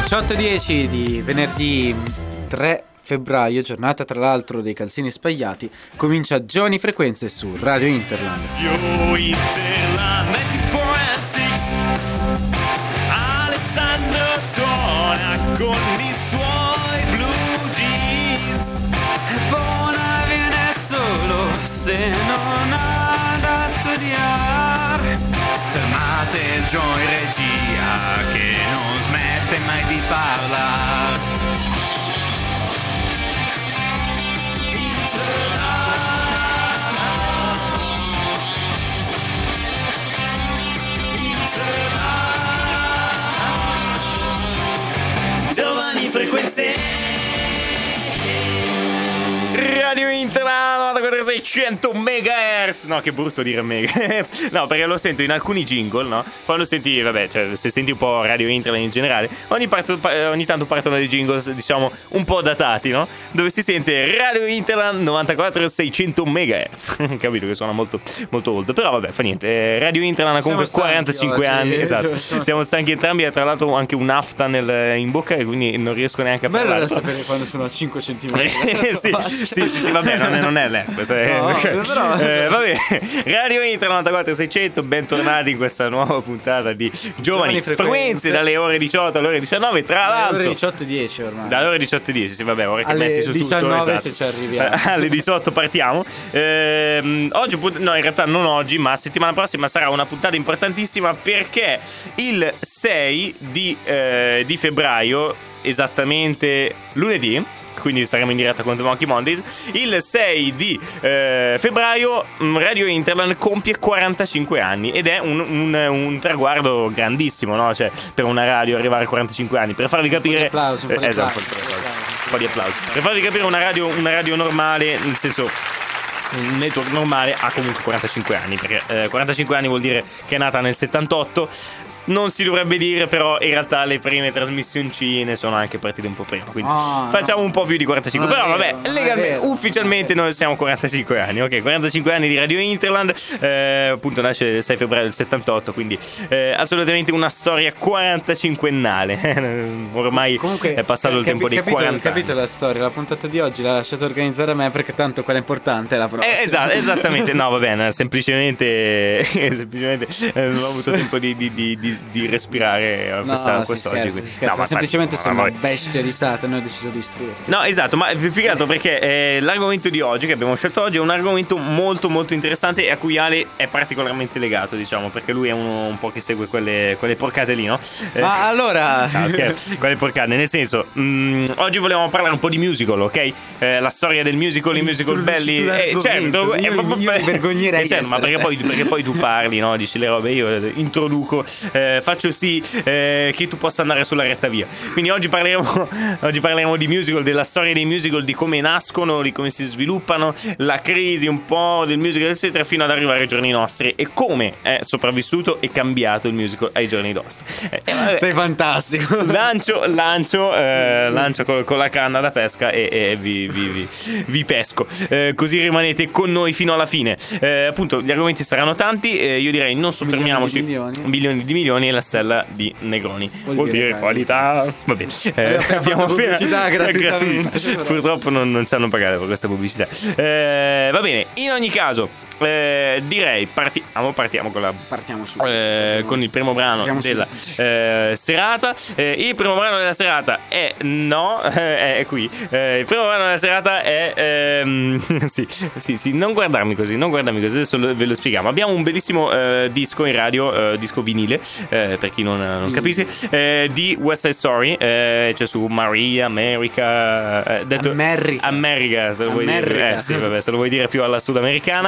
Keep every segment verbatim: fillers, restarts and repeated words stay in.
diciotto e dieci di venerdì tre febbraio, giornata tra l'altro dei calzini spagliati, comincia Giovani Frequenze su Radio Interland. Radio Interland ventiquattro e sei. Alessandro suona con i suoi blue jeans. È buona, viene solo se non ha da studiare. Fermate il Joe in regia che non smette mai di parlare. Giovani Frequenze. Radio Interland novantaquattro seicento megahertz. No, che brutto dire megahertz. No, perché lo sento in alcuni jingle, no? Quando senti, vabbè, cioè se senti un po' Radio Interland in generale, ogni, parto, ogni tanto partono dei jingle, diciamo, un po' datati, no? Dove si sente Radio Interland novantaquattro seicento megahertz. Capito che suona molto, molto old. Però vabbè, fa niente. Radio Interland ha comunque quarantacinque oggi, anni. Esatto. Siamo, siamo stanchi entrambi. E tra l'altro anche un afta nel, in bocca, e quindi non riesco neanche a bello parlare. Bello da sapere quando sono a cinque centimetri. sì, sì, sì, sì, vabbè, non è, non è l'herpes. No, però... eh, vabbè. Radio Inter novantaquattro seicento, bentornati in questa nuova puntata di Giovani, Giovani Frequenze, Frequenze, dalle ore diciotto alle ore diciannove, tra dalle l'altro. Dalle ore diciotto e dieci ormai. Dalle ore diciotto e dieci, sì, vabbè, ore che alle metti su diciannove tutto. Esatto. Se ci arriviamo. Alle diciotto partiamo. Ehm, oggi, no, in realtà non oggi, ma settimana prossima sarà una puntata importantissima perché il sei di, eh, di febbraio, esattamente lunedì, quindi saremo in diretta con The Monkey Mondays. Il sei di eh, febbraio Radio Interland compie quarantacinque anni ed è un, un, un traguardo grandissimo, no? Cioè, per una radio arrivare a quarantacinque anni, per farvi capire, un po' di applauso, un po' di eh, esatto, applauso. un po' di applauso, per farvi capire una radio, una radio normale, nel senso, un network normale ha comunque quarantacinque anni, perché eh, quarantacinque anni vuol dire che è nata nel settantotto. Non si dovrebbe dire, però in realtà le prime trasmissioncine sono anche partite un po' prima, quindi oh, facciamo no. un po' più di quarantacinque. Non però vero, vabbè, legalmente, ufficialmente noi siamo quarantacinque anni, ok? quarantacinque anni di Radio Interland, eh, appunto nasce il sei febbraio del settantotto, quindi eh, assolutamente una storia quarantacinquennale. Ormai comunque, è passato il capi, tempo dei capito, quaranta capito anni. La storia, la puntata di oggi l'ha lasciata organizzare a me perché tanto quella importante è la prossima. Eh, esatto, esattamente, no va bene, semplicemente, semplicemente eh, non ho avuto tempo di, di, di, di di respirare questa, no, quest'oggi. Si scherza, no, semplicemente sei una bestia risata, noi ho deciso di istruirti. No, esatto, ma più che altro perché eh, l'argomento di oggi che abbiamo scelto oggi è un argomento molto molto interessante e a cui Ale è particolarmente legato, diciamo, perché lui è uno un po' che segue quelle, quelle porcate lì, no? Eh, ma allora no, scherzo, quelle porcate, nel senso mh, oggi volevamo parlare un po' di musical, ok? Eh, la storia del musical, i musical belli, eh, certo, io, io mi vergognerei eh, certo, ma perché poi, perché poi tu parli, no? Dici le robe, io introduco, eh, faccio sì eh, che tu possa andare sulla retta via. Quindi oggi parleremo oggi parleremo di musical, della storia dei musical, di come nascono, di come si sviluppano, la crisi un po' del musical eccetera, fino ad arrivare ai giorni nostri e come è sopravvissuto e cambiato il musical ai giorni nostri. Eh, sei fantastico. Lancio lancio eh, lancio con, con la canna da pesca e, e vi, vi, vi, vi pesco, eh, così rimanete con noi fino alla fine. Eh, appunto gli argomenti saranno tanti, eh, io direi non soffermiamoci. Milioni di milioni. milioni di milioni e la stella di Negroni. Vuol, Vuol dire, dire qualità. Va bene. Eh, abbiamo appena pubblicità gratuitamente. Purtroppo non, non ci hanno pagato per questa pubblicità. Eh, va bene. In ogni caso, eh, direi partiamo, partiamo con la partiamo su, eh, con il primo brano partiamo della eh, serata. Eh, il primo brano della serata è no, eh, è qui. Eh, il primo brano della serata è ehm, sì, sì, sì, non guardarmi così, non guardarmi così, adesso lo, ve lo spieghiamo. Abbiamo un bellissimo eh, disco in radio, eh, disco vinile, eh, per chi non, non capisce, eh, di West Side Story, eh, c'è su Maria, America, eh, detto America, America se lo vuoi dire, eh, sì, vabbè, se lo vuoi dire più alla sudamericana.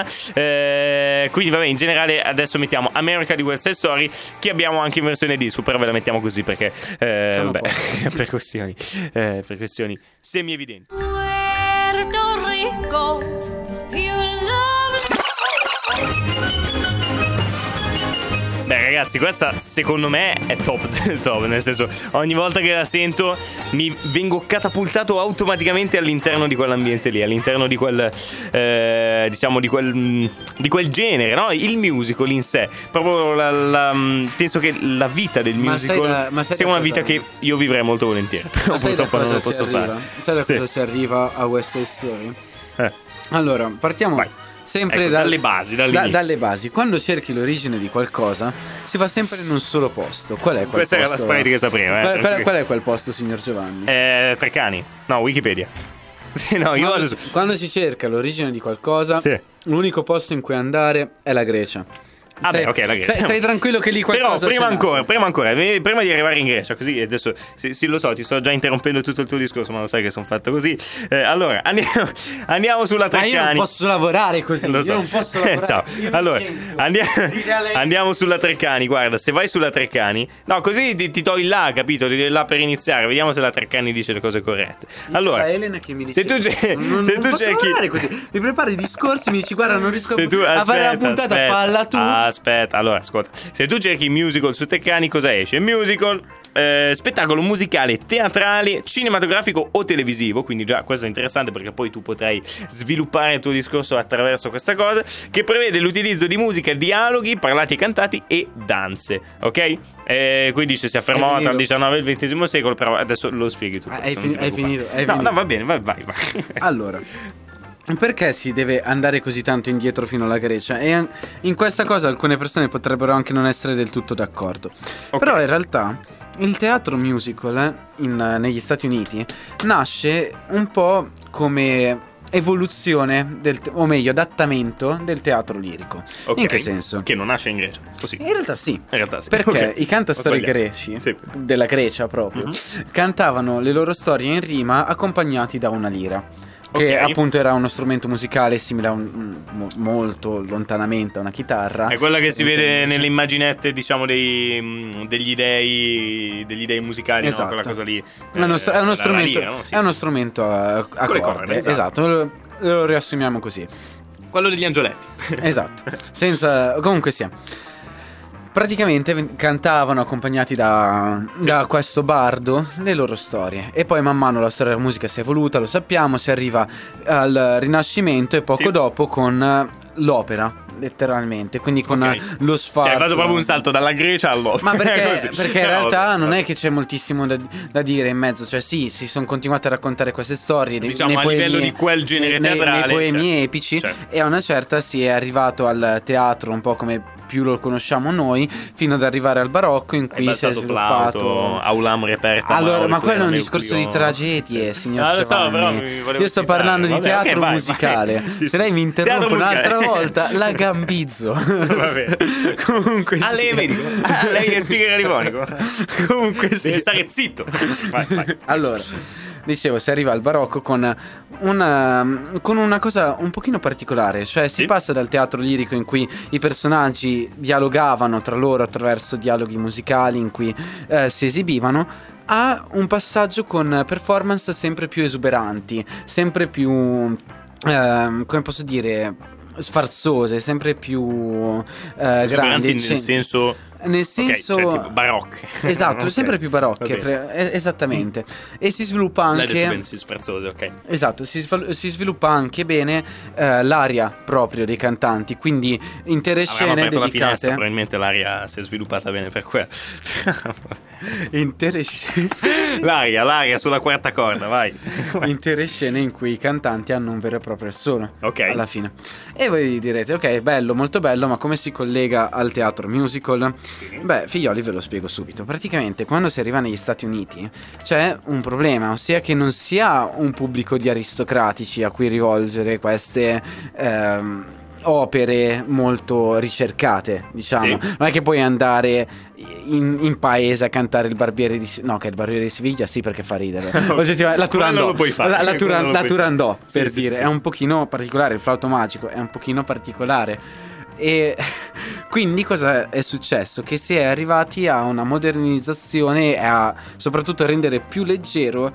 Eh, quindi vabbè, in generale adesso mettiamo America di West Side Story, che abbiamo anche in versione disco, però ve la mettiamo così perché eh, vabbè, per questioni eh, per questioni semi evidenti. Puerto Rico, you love Beh ragazzi, questa secondo me è top del top, nel senso, ogni volta che la sento mi vengo catapultato automaticamente all'interno di quell'ambiente lì, all'interno di quel eh, diciamo di quel di quel genere, no? Il musical in sé, proprio la, la, penso che la vita del Ma musical sai da- ma sai sia da una cosa- vita che io vivrei molto volentieri. Però Ma sai da purtroppo non cosa lo si posso arriva? fare. Sai da Sì. cosa si arriva a West Side Story? Eh. Allora, partiamo Vai. sempre Ecco, dal- dalle basi, dall'inizio. da- dalle basi. Quando cerchi l'origine di qualcosa, si va sempre in un solo posto. Qual è quel Questa era la posto? sprite che sapevo, eh, Qual, qual- perché- qual è quel posto, signor Giovanni? Eh, Treccani. No, Wikipedia. Sì, no, io quando, adesso... quando si cerca l'origine di qualcosa, Sì. l'unico posto in cui andare è la Grecia. Ah Stai- beh, ok, la Grecia. Stai, stai tranquillo che lì qualcosa Però prima c'è ancora, nato. prima ancora, eh, prima di arrivare in Grecia, così adesso sì, sì, lo so, ti sto già interrompendo tutto il tuo discorso, ma lo sai che sono fatto così. Eh, allora, andiamo, andiamo sulla Ma io non Treccani. posso lavorare così. Lo so. Io non posso lavorare. Ciao. Io mi Allora, licenzio. andiamo, Dite a lei- andiamo sulla Treccani. Guarda, se vai sulla Treccani, no, così ti, ti togli là, capito? Ti togli là per iniziare. Vediamo se la Treccani dice le cose corrette. Allora, a Elena che mi se dice tu, ce- non, se non tu posso cerchi, lavorare così. Mi prepari i discorsi, mi dici guarda non riesco a, se tu, a fare la aspetta, puntata, aspetta, falla tu. Aspetta, allora, ascolta. Se tu cerchi musical su Treccani, cosa esce? Musical, eh, spettacolo musicale, teatrale, cinematografico o televisivo. Quindi già questo è interessante perché poi tu potrai sviluppare il tuo discorso attraverso questa cosa, che prevede l'utilizzo di musica, dialoghi, parlati e cantati e danze. Ok? Eh, qui dice si affermava tra il finito. diciannove e il ventesimo secolo, però adesso lo spieghi tu. Ah, questo, hai non ti fini- hai preoccupare. finito, hai no, finito. no, va bene, vai, vai, vai. Allora, perché si deve andare così tanto indietro fino alla Grecia? E an- in questa cosa alcune persone potrebbero anche non essere del tutto d'accordo. Ok. Però in realtà il teatro musical eh, in- negli Stati Uniti nasce un po' come evoluzione del te- o meglio adattamento del teatro lirico. Ok. In che senso? Che non nasce in Grecia. Così. In realtà sì. In realtà sì. Perché Ok. i cantastorie Ho sbagliato. greci Sì. della Grecia proprio Mhm. cantavano le loro storie in rima accompagnati da una lira. Che Ok. appunto era uno strumento musicale simile a un, mo- molto lontanamente a una chitarra. È quella che si vede Intendersi. nelle immaginette, diciamo, dei, mh, degli dei degli dei musicali, no? Esatto. Quella cosa lì. È uno, str- è uno Eh, la- la strumento, lira, no? Sì. è uno strumento a, a Con le corde. corde, esatto. Esatto, lo, lo riassumiamo così. Quello degli angioletti. Esatto. Senza comunque sia. Praticamente ven- cantavano accompagnati da, da questo bardo le loro storie. E poi man mano la storia della musica si è evoluta, lo sappiamo, si arriva al Rinascimento e poco Sì. dopo con eh, l'opera, letteralmente. Quindi con Ok. eh, lo sfarzo. Cioè, hai fatto proprio un salto dalla Grecia all'opera. Ma perché, Così. perché in No, realtà vabbè, non vabbè. è che c'è moltissimo da, da dire in mezzo. Cioè sì, si sono continuate a raccontare queste storie nei- Diciamo, nei a poemi, livello di quel genere nei- nei- teatrale, nei poemi certo. epici. Certo. E a una certa si è arrivato al teatro un po' come più lo conosciamo noi, fino ad arrivare al barocco in Hai cui si è balzato sviluppato. Plauto, Aulam reperta. Allora, Mauri, ma quello è un Cleone, discorso di Euclione. tragedie, signor Ah, lo so, Giovanni. però mi volevo Io sto citare. parlando di Vabbè, teatro ok, vai, musicale. vai. Sì, Se sì. lei mi Teatro interrompe un'altra musicale. volta, la gambizzo. Va bene. Comunque Ah, lei è sia. medico? Ah, lei è speaker radiofonico? Comunque sì. Deve stare zitto. Vai, vai. Allora, dicevo, si arriva al barocco con una, con una cosa un pochino particolare. Cioè si Sì. passa dal teatro lirico in cui i personaggi dialogavano tra loro attraverso dialoghi musicali in cui eh, si esibivano, a un passaggio con performance sempre più esuberanti, sempre più, ehm, come posso dire, sfarzose, sempre più eh, grandi, Esuberanti nel eccentri- senso. nel Ok, senso cioè, tipo barocche. Esatto, Ok. sempre più barocche, Va bene. pre- es- esattamente. E si sviluppa L'hai detto anche bene, si sferzose, ok. esatto, si, sval- si sviluppa anche bene eh, l'aria proprio dei cantanti, quindi intere Avevamo scene aperto la finestra, dedicate probabilmente l'aria si è sviluppata bene per quello. intere scene L'aria, l'aria sulla quarta corda, vai. intere scene in cui i cantanti hanno un vero e proprio assolo Ok. alla fine. E voi direte, ok, bello, molto bello, ma come si collega al teatro musical? Sì. Beh, figlioli, ve lo spiego subito. Praticamente, quando si arriva negli Stati Uniti c'è un problema, ossia che non si ha un pubblico di aristocratici a cui rivolgere queste ehm, opere molto ricercate, diciamo. Sì. Non è che puoi andare in, in paese a cantare il barbiere di Si- no, che il barbiere di Siviglia sì, perché fa ridere. Oggettivamente, la Quello Turandot, lo puoi fare. la, la, Quello Turan- lo la puoi- Turandot, Sì, per sì, dire, sì. è un pochino particolare, il flauto magico è un pochino particolare. E quindi cosa è successo? Che si è arrivati a una modernizzazione e a soprattutto a rendere più leggero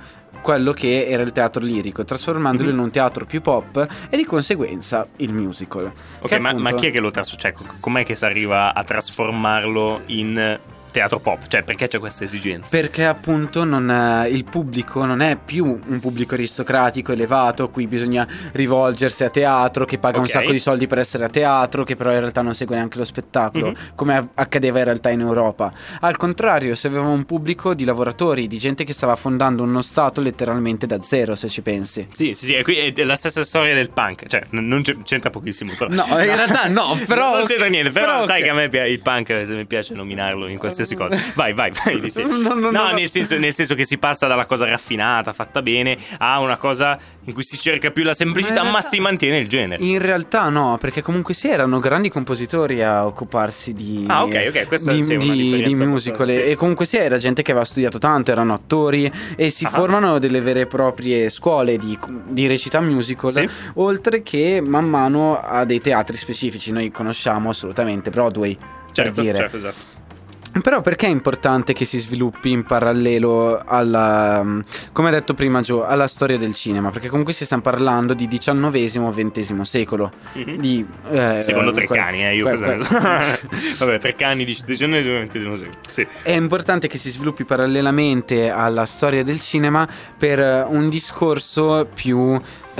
quello che era il teatro lirico, trasformandolo Mhm. in un teatro più pop e di conseguenza il musical. Ok, Che ma, appunto- ma chi è che lo trasforma? Cioè, com'è che si arriva a trasformarlo in teatro pop? Cioè, perché c'è questa esigenza? Perché appunto non, eh, il pubblico non è più un pubblico aristocratico elevato a cui bisogna rivolgersi a teatro, che paga un Ok. sacco di soldi per essere a teatro, che però in realtà non segue neanche lo spettacolo, Mhm. come a- accadeva in realtà in Europa. Al contrario, se avevamo un pubblico di lavoratori, di gente che stava fondando uno stato letteralmente da zero, se ci pensi. Sì, sì, sì, è, qui- è la stessa storia del punk. Cioè, n- non c'è- c'entra pochissimo. Però. No, in realtà no, però- non c'entra niente. Però, però sai ok. che a me pi- il punk, se mi piace nominarlo in qualsiasi cosa. Vai, vai, vai. Di sì. No, no, no, no, no. nel senso, nel senso che si passa dalla cosa raffinata, fatta bene, a una cosa in cui si cerca più la semplicità, Ma in ma realtà- si mantiene il genere. In realtà no, perché comunque sì, erano grandi compositori a occuparsi di, Ah, ok, ok, questa di, sì, è una di- differenza di musical. abbastanza, sì. E comunque sì, era gente che aveva studiato tanto, erano attori e si Ah. formano delle vere e proprie scuole di, di recita musical, Sì. oltre che man mano a dei teatri specifici. Noi conosciamo assolutamente Broadway, Certo, per dire. certo, esatto. Però perché è importante che si sviluppi in parallelo alla, come ha detto prima Gio, alla storia del cinema? Perché comunque si sta parlando di diciannovesimo ventesimo secolo. Mhm. Di, eh, Secondo que- Treccani, eh, io que- cosa que- ne so. Vabbè, Treccani dice diciannovesimo ventesimo secolo. Sì. È importante che si sviluppi parallelamente alla storia del cinema per eh, un discorso più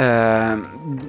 eh,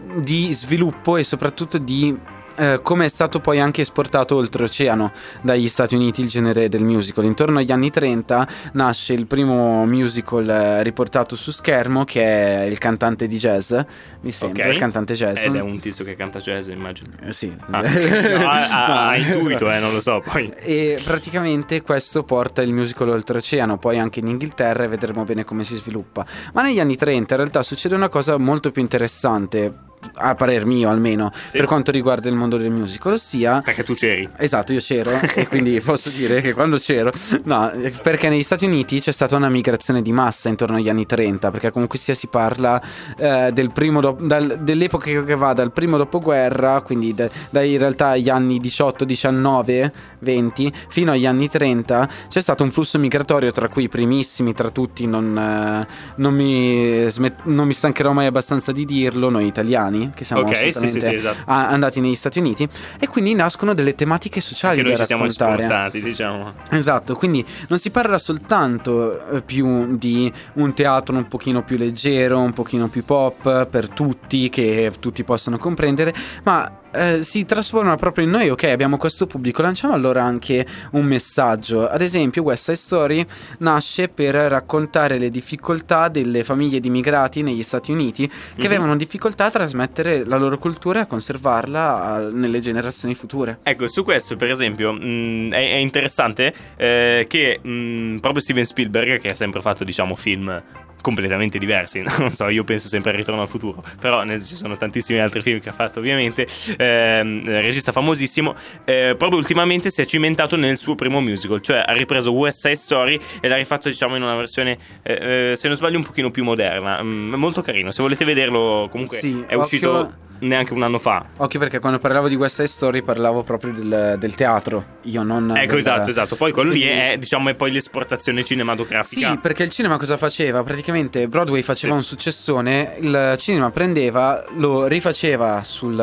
di sviluppo e soprattutto di eh, come è stato poi anche esportato oltreoceano dagli Stati Uniti il genere del musical. Intorno agli anni trenta nasce il primo musical eh, riportato su schermo, che è Il cantante di jazz, mi sembra, Ok. il cantante jazz. Ed è un tizio che canta jazz, immagino. Eh, sì. Ah. No, ha, ha- No. ha intuito, eh, non lo so. Poi. E praticamente questo porta il musical oltreoceano, poi anche in Inghilterra, e vedremo bene come si sviluppa. Ma negli anni trenta in realtà succede una cosa molto più interessante, a parer mio almeno, Sì. per quanto riguarda il mondo del musical, ossia... Perché tu c'eri. Esatto, io c'ero e quindi posso dire che quando c'ero, no, perché negli Stati Uniti c'è stata una migrazione di massa intorno agli anni trenta, perché comunque sia si parla eh, del primo do- dal- dell'epoca che va dal primo dopoguerra, quindi da- dai in realtà gli anni diciotto, diciannove, venti fino agli anni trenta c'è stato un flusso migratorio, tra cui i primissimi tra tutti, non, eh, non, mi smet- non mi stancherò mai abbastanza di dirlo, noi italiani che siamo Ok, sì, assolutamente sì, sì, esatto. a- andati negli Stati Uniti, e quindi nascono delle tematiche sociali Che noi da ci siamo raccontare. esportati, diciamo. Esatto, quindi non si parla soltanto eh, più di un teatro un pochino più leggero, un pochino più pop per tutti, che tutti possano comprendere, ma eh, si trasforma proprio in noi. Ok, abbiamo questo pubblico, lanciamo allora anche un messaggio. Ad esempio West Side Story nasce per raccontare le difficoltà delle famiglie di immigrati negli Stati Uniti che Mhm. avevano difficoltà a trasmettere la loro cultura e a conservarla a- nelle generazioni future. Ecco, su questo, per esempio, mh, è, è interessante eh, che mh, proprio Steven Spielberg, che ha sempre fatto, diciamo, film completamente diversi, non so, io penso sempre al Ritorno al futuro, però ne, ci sono tantissimi altri film che ha fatto, ovviamente, ehm, regista famosissimo, eh, proprio ultimamente si è cimentato nel suo primo musical, cioè ha ripreso West Side Story e l'ha rifatto, diciamo, in una versione eh, eh, se non sbaglio un pochino più moderna, mm, molto carino. Se volete vederlo, comunque Sì, è uscito occhio- neanche un anno fa. Occhio, perché quando parlavo di West Side Story parlavo proprio del, del teatro. Io non Ecco, del- esatto, esatto. Poi quello quindi- lì è, diciamo, è poi l'esportazione cinematografica. Sì, perché il cinema cosa faceva? Praticamente Broadway faceva Sì. un successone, il cinema prendeva, lo rifaceva sul,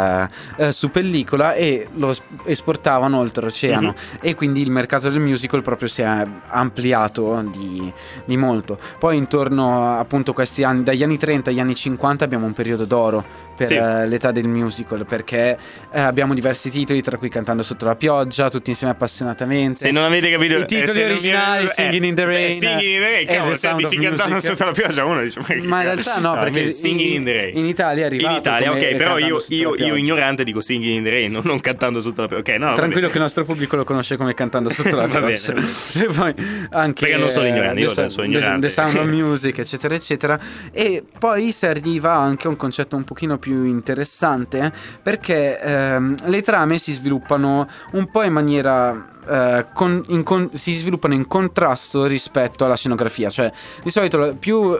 eh, su pellicola e lo es- esportavano oltreoceano. Mhm. E quindi il mercato del musical proprio si è ampliato di, di molto. Poi intorno appunto questi anni, dagli anni trenta agli anni cinquanta abbiamo un periodo d'oro per Sì. eh, l'età del musical, perché eh, abbiamo diversi titoli, tra cui Cantando sotto la pioggia, tutti insieme appassionatamente. Se non avete capito I titoli eh, se non vi- originali, eh, Singing in the Rain, eh, Singing in the Rain, e cavolo, The se Sound dici of Cantando Music. sotto la pioggia, uno dice ma, che Ma in cazzo? realtà no, perché invece Singing in the Rain. in Italia è arrivato in Italia, come ok, però Cantando io, sotto io, la io pioggia. ignorante dico Singing in the Rain, non, non Cantando sotto la pioggia. Ok, no, Tranquillo vabbè. che il nostro pubblico lo conosce come Cantando sotto la Va bene, pioggia. va bene. E poi anche Perché non sono ignorante, eh, io The, sono The- ignorante. The Sound of Music, eccetera eccetera. E poi si arriva anche a un concetto un pochino più interessante, perché ehm, le trame si sviluppano un po' in maniera eh, con- in con- si sviluppano in contrasto rispetto alla scenografia. Cioè di solito più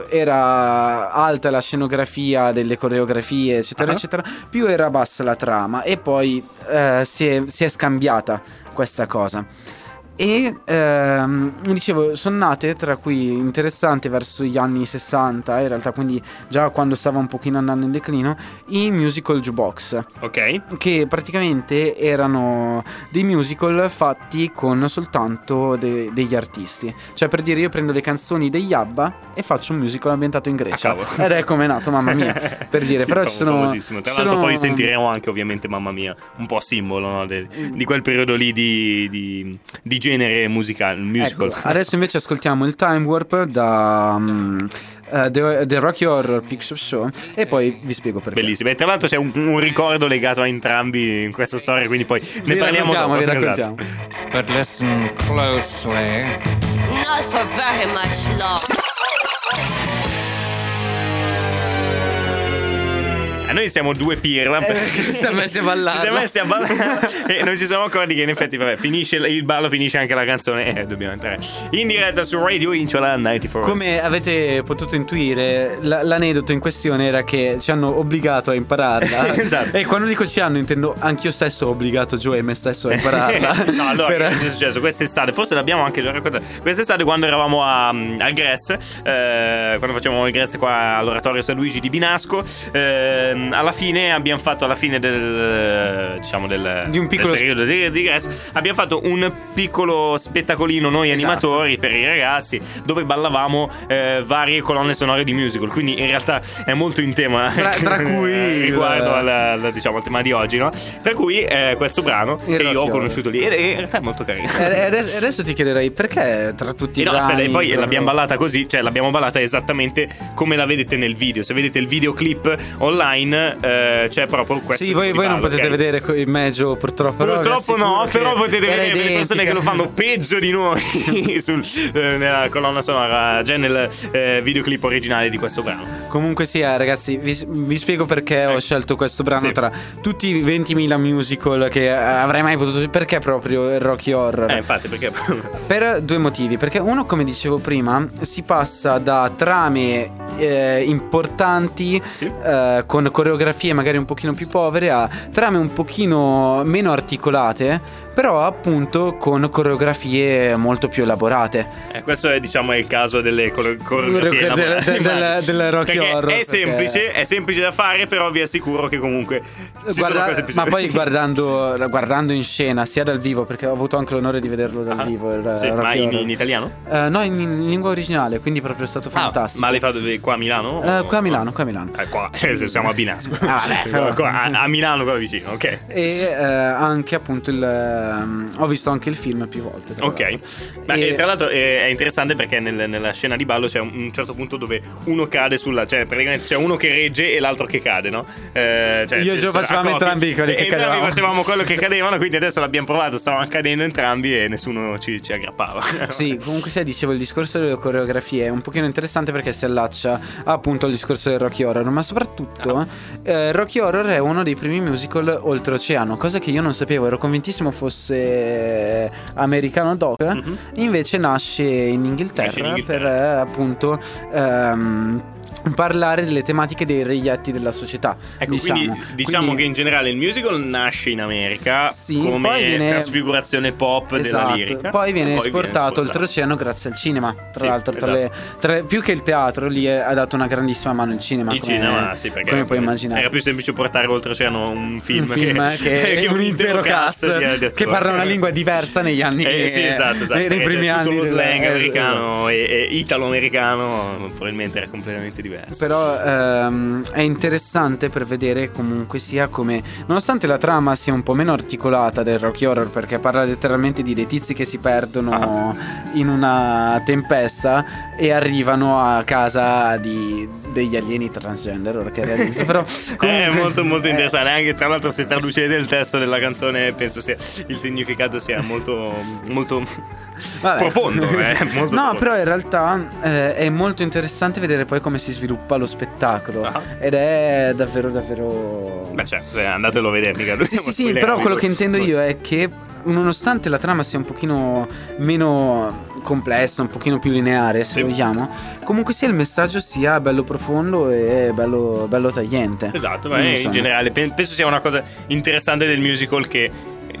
era alta la scenografia delle coreografie eccetera Ah. eccetera, più era bassa la trama, e poi eh, si, è, si è scambiata questa cosa. E ehm, dicevo, sono nate, tra cui interessante verso gli anni sessanta, in realtà, quindi già quando stava un pochino andando in declino, i musical jukebox. Ok. Che praticamente erano dei musical fatti con soltanto de- degli artisti. Cioè, per dire, io prendo le canzoni degli ABBA e faccio un musical ambientato in Grecia. Ah, ed è come è nato, mamma mia. Per dire, sì, però ci sono. Famosissimo. Tra l'altro, sono... poi sentiremo anche, ovviamente, mamma mia, un po' simbolo, no? De- di quel periodo lì di, di, di genere musicale, musical. Ecco, adesso invece ascoltiamo il Time Warp da um, uh, The, The Rocky Horror Picture Show e poi vi spiego perché. Bellissimo. E tra l'altro c'è un, un ricordo legato a entrambi in questa storia, quindi poi ne vi parliamo dopo. Vi raccontiamo. Esatto. But listen closely. Not for very much longer. Noi siamo due pirla eh, ci siamo messi a ballare. Ci siamo messi a ballare e non ci siamo accorti che in effetti vabbè, finisce il ballo, finisce anche la canzone e dobbiamo entrare in diretta su Radio Inciola novantaquattro. Come avete potuto intuire, l- l'aneddoto in questione era che ci hanno obbligato a impararla. Esatto. E quando dico ci hanno, intendo anch'io stesso ho obbligato Joe e me stesso a impararla. No, allora, per... che è successo? Quest'estate, forse l'abbiamo anche già raccontato. Quest'estate, quando eravamo a, al Gress, eh, quando facevamo il Gress qua all'Oratorio San Luigi di Binasco, eh, alla fine abbiamo fatto, alla fine del, diciamo del, di un piccolo del periodo di, di Gress, abbiamo fatto un piccolo spettacolino noi esatto. animatori per i ragazzi, dove ballavamo eh, varie colonne sonore di musical. Quindi in realtà è molto in tema, tra, tra cui riguardo al, al, diciamo, al tema di oggi, no? Tra cui eh, questo brano il che io ho Rocky conosciuto lì, e in realtà è molto carino. E adesso, adesso ti chiederei perché tra tutti i no, brani, aspetta, e poi proprio... l'abbiamo ballata così, cioè l'abbiamo ballata esattamente come la vedete nel video. Se vedete il videoclip online, eh, c'è proprio questo. Sì, voi, voi non potete okay? vedere il Meggio, purtroppo. Purtroppo no, però potete vedere identica. le persone che lo fanno peggio di noi sul, eh, nella colonna sonora, già nel eh, videoclip originale di questo brano. Comunque sia, ragazzi, vi, vi spiego perché ho scelto questo brano sì. tra tutti i ventimila musical che avrei mai potuto. Perché proprio il Rocky Horror? Eh, infatti, perché? Per due motivi. Perché uno, come dicevo prima, si passa da trame eh, importanti sì. eh, con coreografie magari un pochino più povere a trame un pochino meno articolate, però appunto con coreografie molto più elaborate. Eh, questo è, diciamo, è il caso delle core- coreografie del, del, del, del, del Rocky perché Horror. è semplice, perché... è semplice da fare, però vi assicuro che comunque ci Guarda, sono cose più ma poi guardando, guardando in scena, sia dal vivo, perché ho avuto anche l'onore di vederlo dal ah, vivo il sì, Rocky ma in, Horror. in italiano? Uh, no, in, in lingua originale, quindi proprio è stato fantastico. Ah, ma l'hai fatto qua a Milano? Uh, qua a Milano, qua a Milano. Eh, qua, se siamo a Binasco. Ah, vabbè, però... qua, a, a Milano, qua vicino, ok. E uh, anche appunto il um, ho visto anche il film più volte. Tra ok. Ma e... tra l'altro è, è interessante perché nel, nella scena di ballo c'è un, un certo punto dove uno cade sulla, cioè praticamente c'è uno che regge e l'altro che cade, no? Eh, cioè, Io e Gio facevamo entrambi quelli che entrambi cadevamo. facevamo quello che cadevano, quindi adesso l'abbiamo provato, stavamo cadendo entrambi e nessuno ci, ci aggrappava. Sì, comunque sai, dicevo, il discorso delle coreografie è un pochino interessante perché si allaccia appunto al discorso del Rocky Horror, ma soprattutto ah. eh, Rocky Horror è uno dei primi musical oltreoceano, cosa che io non sapevo, ero convintissimo fosse americano doc, mm-hmm. invece nasce in Inghilterra, nasce in Inghilterra. per eh, appunto ehm, parlare delle tematiche dei reietti della società. Ecco, diciamo. quindi diciamo quindi, che in generale il musical nasce in America sì, come poi viene, trasfigurazione pop esatto, della lirica. Poi viene poi esportato viene esportato oltreoceano grazie al cinema. Tra sì, l'altro, tra esatto. le, tra le, più che il teatro, lì è, ha dato una grandissima mano il cinema. Il come, cinema, sì, perché come puoi immaginare. Era più semplice portare oltreoceano un film, un film che, che, che un intero cast, di, di che parla una lingua diversa negli anni. Eh, sì, esatto, esatto. Nei, nei primi cioè, anni. Tutto lo slang della, americano eh, e, e italo-americano probabilmente era completamente diverso. Però ehm, è interessante per vedere comunque sia come, nonostante la trama sia un po' meno articolata del Rocky Horror, perché parla letteralmente di dei tizi che si perdono ah. in una tempesta e arrivano a casa di degli alieni transgender, ora che realizzo, però comunque, è molto molto interessante. Eh. Anche tra l'altro, se traducete il testo della canzone, penso sia il significato sia molto molto Vabbè. profondo, eh, molto no profondo. Però in realtà eh, è molto interessante vedere poi come si sviluppa lo spettacolo, ah. ed è davvero davvero beh, certo, andatelo a vedere, mica. Sì sì sì, però quello che intendo io è che nonostante la trama sia un pochino meno complessa, un pochino più lineare, se sì. vogliamo, comunque sia il messaggio sia bello profondo e bello, bello tagliente. Esatto, ma in generale penso sia una cosa interessante del musical, che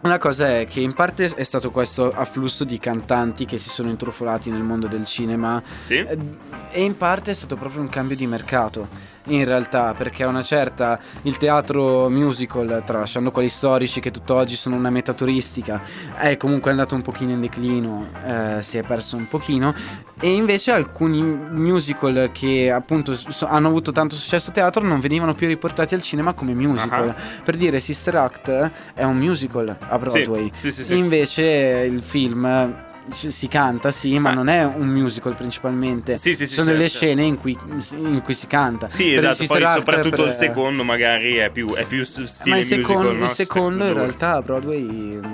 Una cosa è che in parte è stato questo afflusso di cantanti che si sono intrufolati nel mondo del cinema, Sì. eh, e in parte è stato proprio un cambio di mercato, in realtà, perché a una certa il teatro musical, tralasciando quelli storici che tutt'oggi sono una meta turistica, è comunque andato un pochino in declino, eh, si è perso un pochino, e invece alcuni musical che appunto so- hanno avuto tanto successo a teatro non venivano più riportati al cinema come musical. Ah. Per dire, Sister Act è un musical a Broadway, Sì, sì, sì, sì. invece il film ci- si canta, sì, ma Ah. non è un musical principalmente. Sì, sì, sì, sono certo, delle certo. scene in cui, in cui si canta. Sì, Per il esatto. Sister Poi Act, soprattutto per- il secondo magari è più, è più s- stile ma il, secon- musical, no? il secondo in Due. realtà a Broadway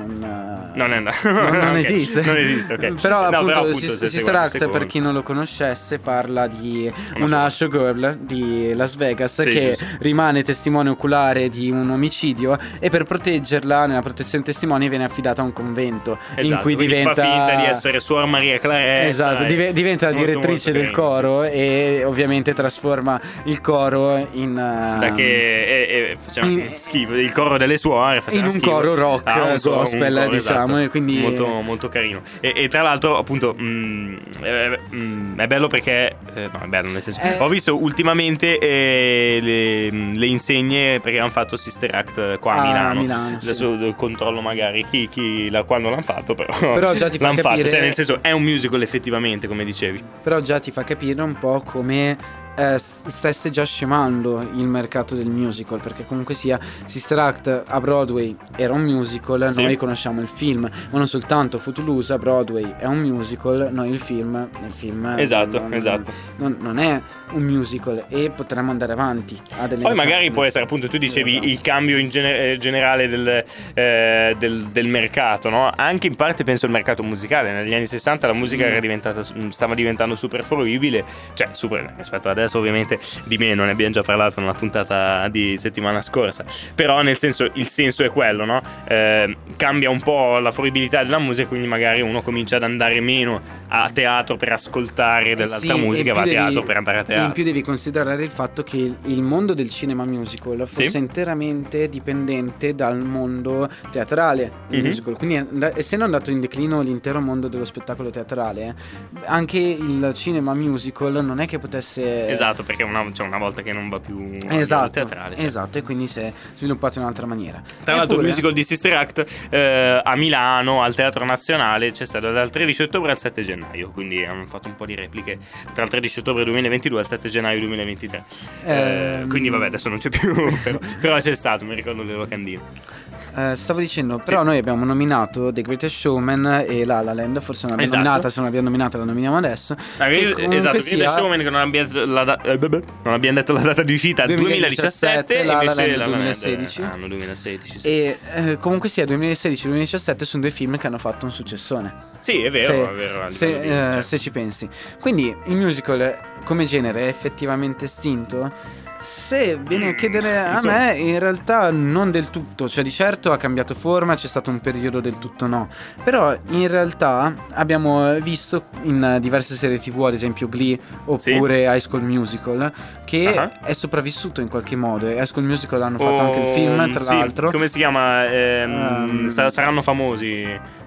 non, Non è andato. non, non Ok, esiste. non esiste, ok. Però, No, appunto, però, appunto, Sis- se Sister seguendo il Act, secondo. per chi non lo conoscesse, parla di Una una sola. showgirl di Las Vegas Sì, che giusto. rimane testimone oculare di un omicidio, e per proteggerla, nella protezione testimoni, viene affidata a un convento in Esatto, cui quindi diventa fa finta di essere Suor Maria Claretta. Esatto, e- dive- diventa la molto, direttrice molto del carino, coro, e ovviamente trasforma il coro in sì. Da uh, che e, e facciamo in- schifo il coro delle suore, faceva in un schifo. coro rock, Ah, un so- un gospel, coro, diciamo, esatto. e quindi molto, molto carino. E, e tra l'altro, appunto, mh, è, mh, è bello perché eh, no, è bello nel senso. Eh. Ho visto ultimamente eh, le, le insegne perché hanno fatto Sister Act qua a Ah, Milano. Milano, sì. Adesso controllo magari chi, chi la, quando l'hanno fatto, però, Però già ti fa l'hanno capire- fatto, cioè nel senso è un musical effettivamente, come dicevi. però già ti fa capire un po' come eh, s- stesse già scemando il mercato del musical, perché comunque sia Sister Act a Broadway era un musical, Sì. noi conosciamo il film, ma non soltanto Footloose a Broadway è un musical, noi il film il film Esatto, non, esatto. non, non è un musical, e potremmo andare avanti a delle Poi magari meccaniche. può essere, appunto, tu dicevi Esatto. il cambio in gene- eh, generale del, eh, del, del mercato, no? Anche in parte penso il mercato musicale. Negli anni sessanta la Sì. musica era diventata, stava diventando super fruibile, cioè super rispetto ad adesso ovviamente di meno, ne abbiamo già parlato nella puntata di settimana scorsa, però nel senso il senso è quello, no? Eh, cambia un po' la fruibilità della musica, quindi magari uno comincia ad andare meno a teatro per ascoltare dell'altra Sì, musica, e va a più teatro devi- per andare a e teatro. in più devi considerare il fatto che il, il mondo del cinema musical fosse Sì. interamente dipendente dal mondo teatrale del Mhm. musical. Quindi, and- essendo andato in declino l'intero mondo dello spettacolo teatrale, anche il cinema musical non è che potesse Esatto, perché una, cioè una volta che non va più a livello Esatto, teatrale, cioè. esatto, e quindi si è sviluppato in un'altra maniera. Tra l'altro il Eppure- musical di Sister Act eh, a Milano al Teatro Nazionale c'è stato dal tredici ottobre al sette gennaio, quindi hanno fatto un po' di repliche tra il tredici ottobre duemilaventidue e il sette gennaio duemilaventitré. Eh, Ehm. quindi vabbè, adesso non c'è più, però, però c'è stato, mi ricordo le locandine. Eh, stavo dicendo, però noi abbiamo nominato The Greatest Showman e La La Land, forse non l'abbiamo Esatto. nominata, se non l'abbiamo nominata la nominiamo adesso. Ah, che quindi- comunque esatto, sia- Greatest Showman che non abbiamo, detto la da- eh, beh, beh, non abbiamo detto la data di uscita duemiladiciassette, La La invece Land La La Land, duemilasedici. eh, anno duemilasedici, sì. E eh, comunque sia duemilasedici duemiladiciassette sono due film che hanno fatto un successone. Sì, è vero, se, è vero, a se, livello di- eh, certo. se ci pensi. Quindi il musical come genere è effettivamente estinto? Se viene a chiedere a Insomma. me, in realtà non del tutto. Cioè, di certo ha cambiato forma, c'è stato un periodo del tutto no. Però in realtà abbiamo visto in diverse serie tv, ad esempio Glee oppure High School Musical, che Ah. è sopravvissuto in qualche modo. E High School Musical hanno fatto Oh, anche il film, tra sì, l'altro. come si chiama? Ehm, Um, sa- saranno famosi.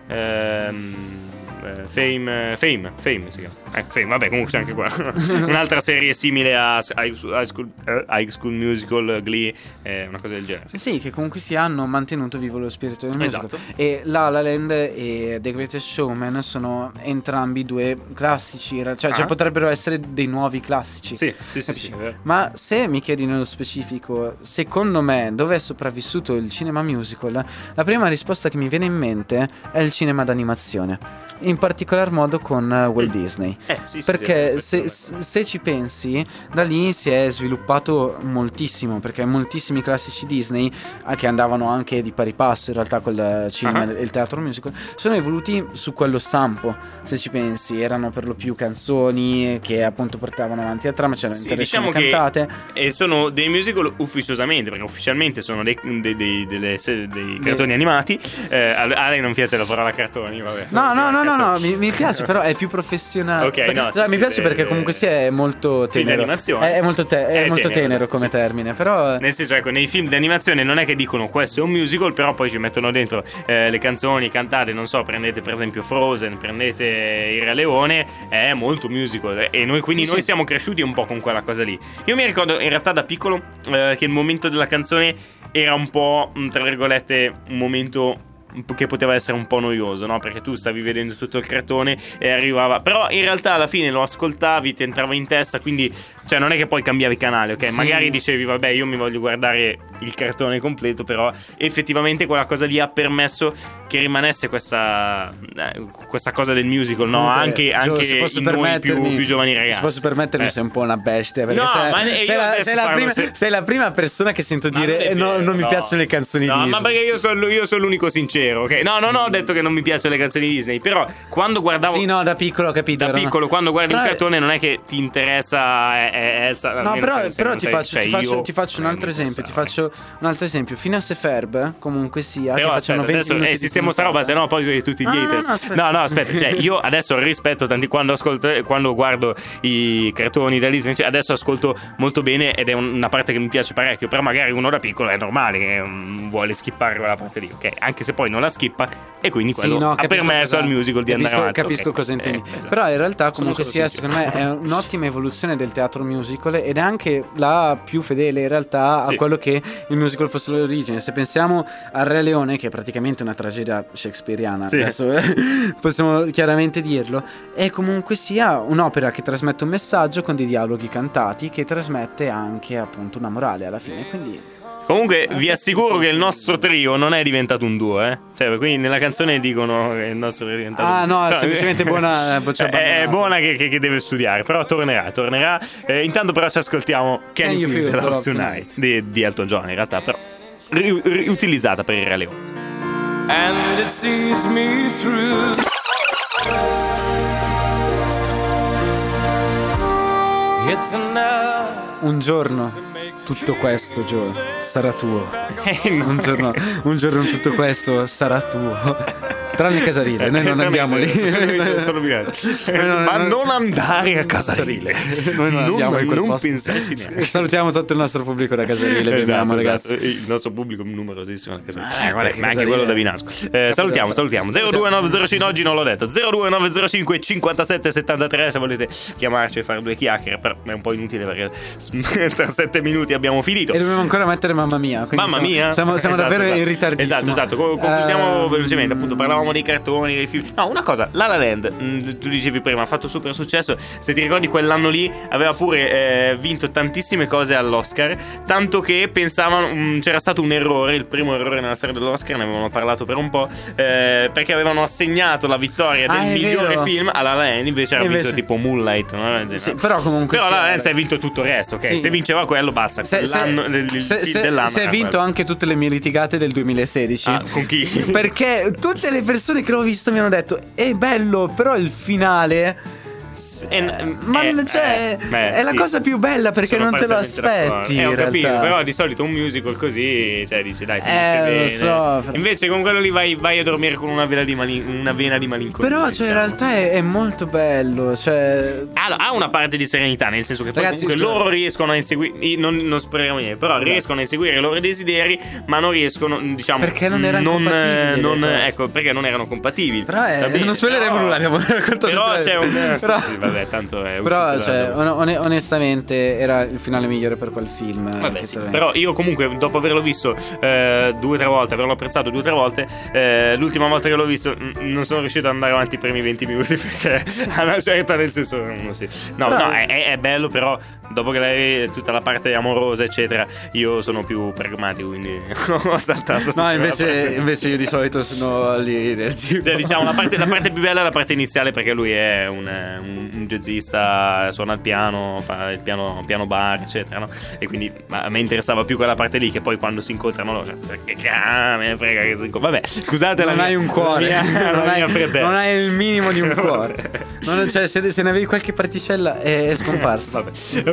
Ehm, eh, Fame, Fame, Fame si chiama. Eh, Fame, vabbè, comunque c'è anche qua. Un'altra serie simile a High High School, eh, High School Musical, Glee, eh, una cosa del genere. Sì. Sì, che comunque si hanno mantenuto vivo lo spirito del musical. Esatto. E La La Land e The Greatest Showman sono entrambi due classici, ra- cioè, Ah. cioè potrebbero essere dei nuovi classici. Sì, sì, sì, Capisci? sì, è vero. Ma se mi chiedi nello specifico, secondo me, dove è sopravvissuto il cinema musical, la prima risposta che mi viene in mente è il cinema d'animazione, in particolar modo con eh, Walt Disney. Eh, sì, sì, Perché sì, se, questo- se ci pensi, da lì si è sviluppato moltissimo, perché moltissimi classici Disney, eh, che andavano anche di pari passo in realtà col eh, cinema Ah. e il teatro musical, sono evoluti su quello stampo. Se ci pensi, erano per lo più canzoni che appunto portavano avanti la trama, c'erano Sì, intere diciamo scene che cantate. e sono dei musical ufficiosamente, perché ufficialmente sono dei, dei, dei, delle se- dei Dei- cartoni animati. Eh, a a lei non piace la parola cartoni, vabbè. No, no, no, no, no, no, mi, mi piace, però è più professionale. Ok, no, cioè, sì, mi sì, piace de- perché de- comunque sia è molto film tenero. d'animazione. È, è molto, te- è È molto tenero, tenero esatto, come sì. termine, però Nel senso, ecco, nei film d'animazione non è che dicono questo è un musical, però poi ci mettono dentro eh, le canzoni cantate, non so, prendete per esempio Frozen, prendete Il Re Leone, è molto musical e noi quindi Sì, noi sì. siamo cresciuti un po' con quella cosa lì. Io mi ricordo in realtà da piccolo eh, che il momento della canzone era un po', mh, tra virgolette, un momento che poteva essere un po' noioso, no? Perché tu stavi vedendo tutto il cartone e arrivava, però in realtà alla fine lo ascoltavi, ti entrava in testa, quindi cioè non è che poi cambiavi canale, ok? Sì. Magari dicevi vabbè, io mi voglio guardare il cartone completo, però effettivamente quella cosa lì ha permesso che rimanesse questa eh, questa cosa del musical, no? Comunque, Anche, Gio, anche se posso in noi più, permettermi- più giovani ragazzi. Se posso permettermi, Eh. sei un po' una bestia. Perché No, sei, ma io sei, la, adesso sei, la parlo prima, se- sei la prima persona che sento Ma dire non è eh, no, vero, non mi no. piacciono le canzoni no, Disney. ma perché io sono, io sono l'unico sincero, ok? No, no, no, ho detto che non mi piacciono le canzoni Disney, però quando guardavo Sì, no, da piccolo ho capito. da era una- piccolo, quando guardi Però un è- cartone non è che ti interessa eh, eh, Elsa. No, almeno però, se- se però non ti, sei- faccio, cioè, ti, faccio, io- ti faccio un altro non esempio. Ti pensavo. faccio un altro esempio. Phineas e Ferb, comunque sia, Però che aspetta, facciano venti adesso minuti eh, di sistemo sta roba, se no poi tutti gli No, no, no, haters. no, aspetta. No, no, aspetta, cioè io adesso rispetto tanti quando ascolto quando guardo i cartoni da Disney, cioè, adesso ascolto molto bene ed è un- una parte che mi piace parecchio, però magari uno da piccolo è normale che mm, vuole skippare quella parte lì, ok? Anche se poi non la skippa e quindi quello Sì, no, ha capisco permesso cosa- al musical di capisco, andare avanti. Capisco ok. cosa intendi. Eh, esatto. Però in realtà Sono comunque solo sia, sincero. secondo me è un'ottima evoluzione del teatro musical ed è anche la più fedele in realtà a Sì. quello che il musical fosse l'origine. Se pensiamo al Re Leone, che è praticamente una tragedia shakespeariana, Sì. adesso eh, possiamo chiaramente dirlo, è comunque sia un'opera che trasmette un messaggio con dei dialoghi cantati che trasmette anche appunto una morale alla fine, quindi Comunque vi assicuro che il nostro trio non è diventato un duo, eh? Cioè, quindi nella canzone dicono che il nostro è diventato Ah, un no, duo. è Però- semplicemente buona, eh, voce è, è abbandonata. buona che, che- che deve studiare, però tornerà, tornerà. Eh, intanto però ci ascoltiamo Can, You Feel the Love Tonight di, di Elton John, in realtà, però ri- riutilizzata per il Re Leone. And it sees me through. It's enough. Un giorno tutto questo, Joe, sarà tuo. Un giorno, un giorno tutto questo sarà tuo. Tranne Casarile, noi non andiamo lì. Solo Noi non- Ma non- non andare a Casarile. Noi non andiamo in quel non posto. pensarci neanche. Salutiamo tutto il nostro pubblico da Casarile. vi Esatto, amiamo, esatto. ragazzi. Il nostro pubblico è numerosissimo da Casarile. Eh, guarda che ma anche Casarile- quello da Vinasco. Eh, salutiamo, salutiamo. zero due nove zero cinque oggi non l'ho detto. zero due nove zero cinque cinquantasette settantatré se volete chiamarci e fare due chiacchiere, però è un po' inutile perché tra sette minuti abbiamo finito. E dobbiamo ancora mettere mamma mia. quindi Mamma siamo- mia, Siamo, siamo Esatto, davvero esatto. in ritardissimo. Esatto, esatto. Co- Concludiamo Ehm, velocemente. Appunto, parlavamo dei cartoni, dei film. No, una cosa, La La Land, mh, tu dicevi prima, ha fatto super successo. Se ti ricordi, quell'anno lì aveva pure eh, vinto tantissime cose all'Oscar. Tanto che pensavano, mh, c'era stato un errore, il primo errore nella storia dell'Oscar, ne avevamo parlato per un po'. eh, perché avevano assegnato la vittoria del Ah, è migliore vero. film a La La Land, invece era Invece- vinto tipo Moonlight. No? Sì, però comunque Però La La sia- Land si è vinto tutto il resto, ok? Sì. Se vinceva quello, basta. Se, se, L'anno- il- il se, film se- dell'anno se hai era vinto quello. anche tutte le mie litigate del duemilasedici. Ah, con chi? Perché tutte le persone che l'ho visto mi hanno detto è bello, però il finale Eh, ma eh, cioè, eh, beh, è la sì. cosa più bella perché Sono non te lo parzialmente d'accordo. aspetti. Eh, ho in capito, realtà. però di solito un musical così, cioè dici dai, finisce Eh, lo bene. so. Invece con quello lì vai, vai a dormire con una vena di, malin- una vena di malinconia. Però cioè, diciamo. in realtà è, è molto bello. Cioè, Allora, ha una parte di serenità, nel senso che poi Ragazzi, comunque scusa. loro riescono a inseguire. Non, non speriamo niente, però Esatto. riescono a inseguire i loro desideri, ma non riescono, diciamo. Perché non erano non, compatibili, non- le cose. ecco, perché non erano compatibili. Però è- Va bene, non spoileremo però- nulla, abbiamo raccontato Però tutto. c'è un. Però- sì, sì, vabbè, tanto è. Però, uscito cioè, da- on- on- onestamente, era il finale migliore per quel film. Vabbè, che sì, sarebbe- però io comunque dopo averlo visto eh, due o tre volte, averlo apprezzato due o tre volte, eh, l'ultima volta che l'ho visto mh, non sono riuscito ad andare avanti i primi venti minuti perché a una certa, nel senso, non sì. No, Però- no, è, è bello, però dopo che lei tutta la parte amorosa eccetera, io sono più pragmatico, quindi ho saltato. No, quella invece, parte. invece io di solito sono lì del tipo. Cioè, diciamo la parte, la parte più bella è la parte iniziale perché lui è un, un, un jazzista, suona il piano, fa il piano, piano bar eccetera, no? E quindi a me interessava più quella parte lì, che poi quando si incontrano cioè, cioè, che ah, me ne frega che si incontrano. Vabbè, scusate, Non la hai mia- un cuore, la mia, non, la hai, mia freddezza. non hai il minimo di un cuore. Non- cioè, se, se ne avevi qualche particella è, è scomparsa. Vabbè, ok,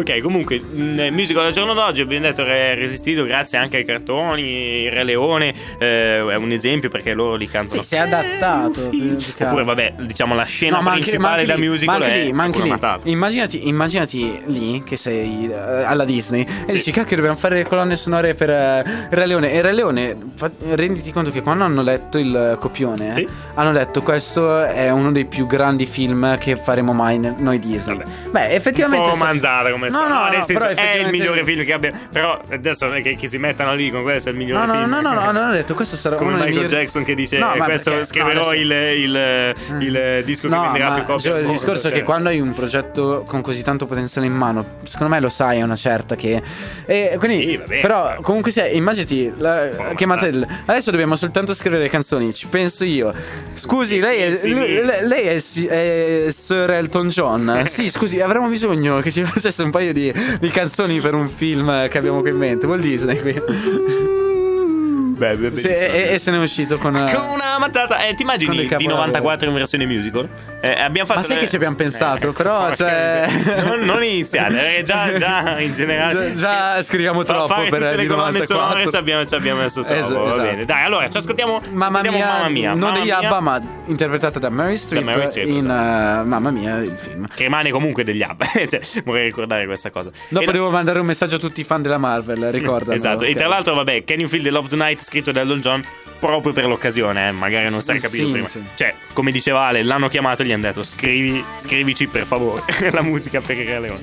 Ok, comunque il musical al giorno d'oggi abbiamo detto che è resistito grazie anche ai cartoni. Il Re Leone eh, è un esempio perché loro li cantano. Sì, si è adattato. Oppure vabbè, diciamo la scena No, ma anche- principale ma anche da lì- musical ma anche è lì, ma anche Hakuna lì. Matata. Immaginati, immaginati lì che sei eh, alla Disney e Sì. dici cacchio dobbiamo fare le colonne sonore per eh, il Re Leone. E il Re Leone, fa- renditi conto che quando hanno letto il copione Sì. hanno detto questo è uno dei più grandi film che faremo mai ne- noi Disney. Vabbè. Beh, effettivamente Un è po' stato- manzata come No, storia. no, nel no, senso, però è il effettivamente- migliore film che abbia. Però adesso che, che si mettano lì con questo è il migliore No, no, film. no, no, no, no, hanno detto questo sarà Come uno dei Michael migliori- Jackson che dice No, ma questo perché- scriverò no, adesso- il, il, il disco che No, venderà ma più copie cioè, al il mondo, discorso è cioè. che quando hai un progetto con così tanto potenziale in mano, secondo me lo sai a una certa che e quindi Sì, va bene. però comunque sia, immaginati la, Oh, che ma Mattel adesso dobbiamo soltanto scrivere le canzoni, ci penso io. Scusi, lei è, Sì, lui- sì. le- lei è, si- è Sir Elton John. Sì, scusi, avremmo bisogno che ci facesse un paio di, di canzoni per un film che abbiamo qui in mente. Walt Disney qui. Beh, beh, Sì, bellissimo. e, e se ne è uscito con eh, Con una matata. Eh, ti Con immagini dei di capolavori. novantaquattro in versione musical? Eh, abbiamo fatto Ma sai le- che ci abbiamo pensato, però, porca cioè- miseria. non, non iniziate, perché già, già in generale. Già- già scriviamo Fa- troppo fare per tutte le di colonne sonore novantaquattro. ci abbiamo, ci abbiamo messo troppo. Es- Va esatto. bene. Dai, allora ci ascoltiamo. ci Mamma ascoltiamo mia, Mamma Mia. non Mamma degli Mia, ABBA, ma interpretata da Mary Streep, Meryl Streep, in esatto. eh, Mamma Mia, il film. Che rimane comunque degli ABBA. Cioè, vorrei ricordare questa cosa. Dopo E- devo mandare un messaggio a tutti i fan della Marvel, ricordano. Esatto, e ok. tra l'altro, vabbè, Can You Feel the Love Tonight scritto da Elton John proprio per l'occasione, eh? Magari non stai Sì, capito sì, prima. sì. Cioè, come diceva Ale, l'hanno chiamato e gli hanno detto scrivi, scrivici per favore la musica per il Re Leone.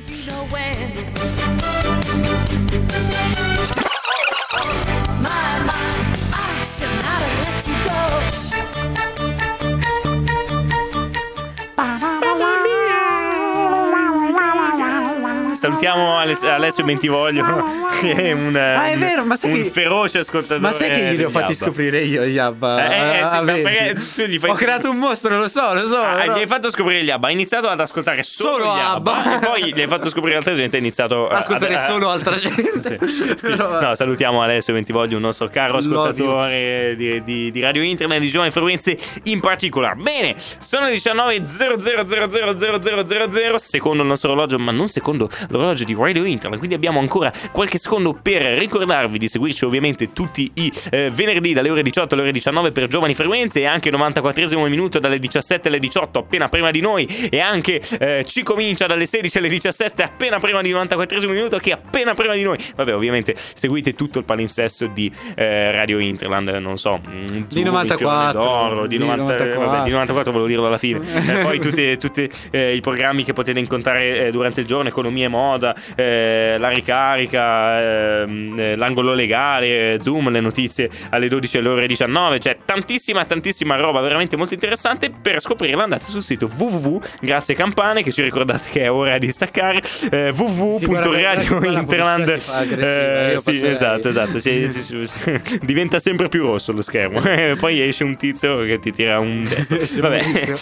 Salutiamo Aless- Alessio Bentivoglio, che è un, Ah, è un- vero, ma sai un che- feroce ascoltatore. Ma sai che glieli ho degli fatti ABBA. scoprire io gli ABBA? Eh, eh, a- sì, a ma venti. perché tu gli fai Ho creato un mostro, lo so, lo so. Ah, però- gli hai fatto scoprire gli ABBA, ha iniziato ad ascoltare solo, Solo gli ABBA, ABBA. e poi gli hai fatto scoprire altra gente e ha iniziato a Ascoltare a- a- solo altra gente. Sì, sì. Però- No, salutiamo Alessio Bentivoglio, un nostro caro Love you. ascoltatore di, di, di Radio Internet, di Giovani Frequenze in particolare. Bene, sono le diciannove e zero zero zero zero zero zero zero zero secondo il nostro orologio, ma non secondo l'orologio di Radio Internet, quindi abbiamo ancora qualche secondo per ricordarvi di seguirci ovviamente tutti i eh, venerdì dalle ore diciotto alle ore diciannove per Giovani Frequenze, e anche novantaquattresimo minuto dalle diciassette alle diciotto appena prima di noi, e anche eh, ci comincia dalle sedici alle diciassette appena prima di novantaquattresimo minuto, che è appena prima di noi. Vabbè, ovviamente seguite tutto il palinsesto di eh, Radio Interland, non so, mm, Di Zoom, novantaquattro, il Fiore d'Oro, di, di novanta, novantaquattro. vabbè, di novantaquattro volevo dirlo alla fine. Eh, poi tutti tutti, eh, i programmi che potete incontrare eh, durante il giorno: Economia e Moda, eh, La Ricarica, ehm, eh, L'Angolo Legale, Zoom, le notizie alle dodici alle ore diciannove. Cioè tantissima tantissima roba veramente molto interessante. Per scoprirla andate sul sito www, grazie campane che ci ricordate che è ora di staccare, eh, www punto radio interland. Eh, sì, esatto, esatto. Sì, sì, sì, sì. Diventa sempre più rosso lo schermo. Poi esce un tizio che ti tira un destro. Vabbè.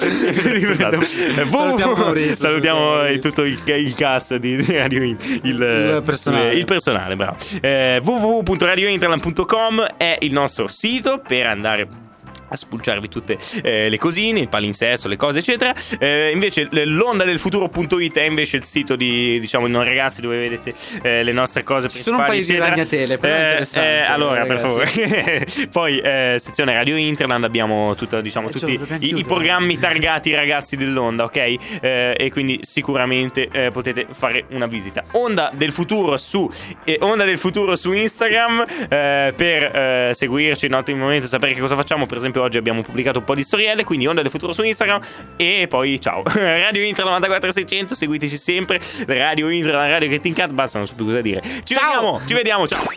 Esatto. Eh, Salutiamo Maurizio, salutiamo Maurizio. tutto il, il cazzo di, di Radio Int- il, Il personale. eh, il personale, bravo. Eh, www punto radio interland punto com è il nostro sito per andare a spulciarvi tutte eh, le cosine, il palinsesto, le cose eccetera. Eh, invece l'onda del futuro punto it è invece il sito di, diciamo, noi ragazzi, dove vedete eh, le nostre cose Ci sono principali. un paio di eccetera. ragnatele, però è Eh, interessante, eh, allora, per ragazzi. favore. Poi eh, sezione Radio Interland abbiamo tutto, diciamo, Eh, tutti ce lo dobbiamo i, i chiudere. programmi targati ragazzi dell'onda, ok? Eh, e quindi sicuramente eh, potete fare una visita. Onda del futuro su eh, Onda del futuro su Instagram, eh, per eh, seguirci in ottimi momenti, sapere che cosa facciamo. Per esempio oggi abbiamo pubblicato un po' di storielle, quindi Onda del futuro su Instagram. E poi ciao. Radio Inter novantaquattro seicento, seguiteci sempre. Radio Inter, la radio che ti incanta. Basta, non so più cosa dire. Ci Ciao. vediamo, ci vediamo, ciao.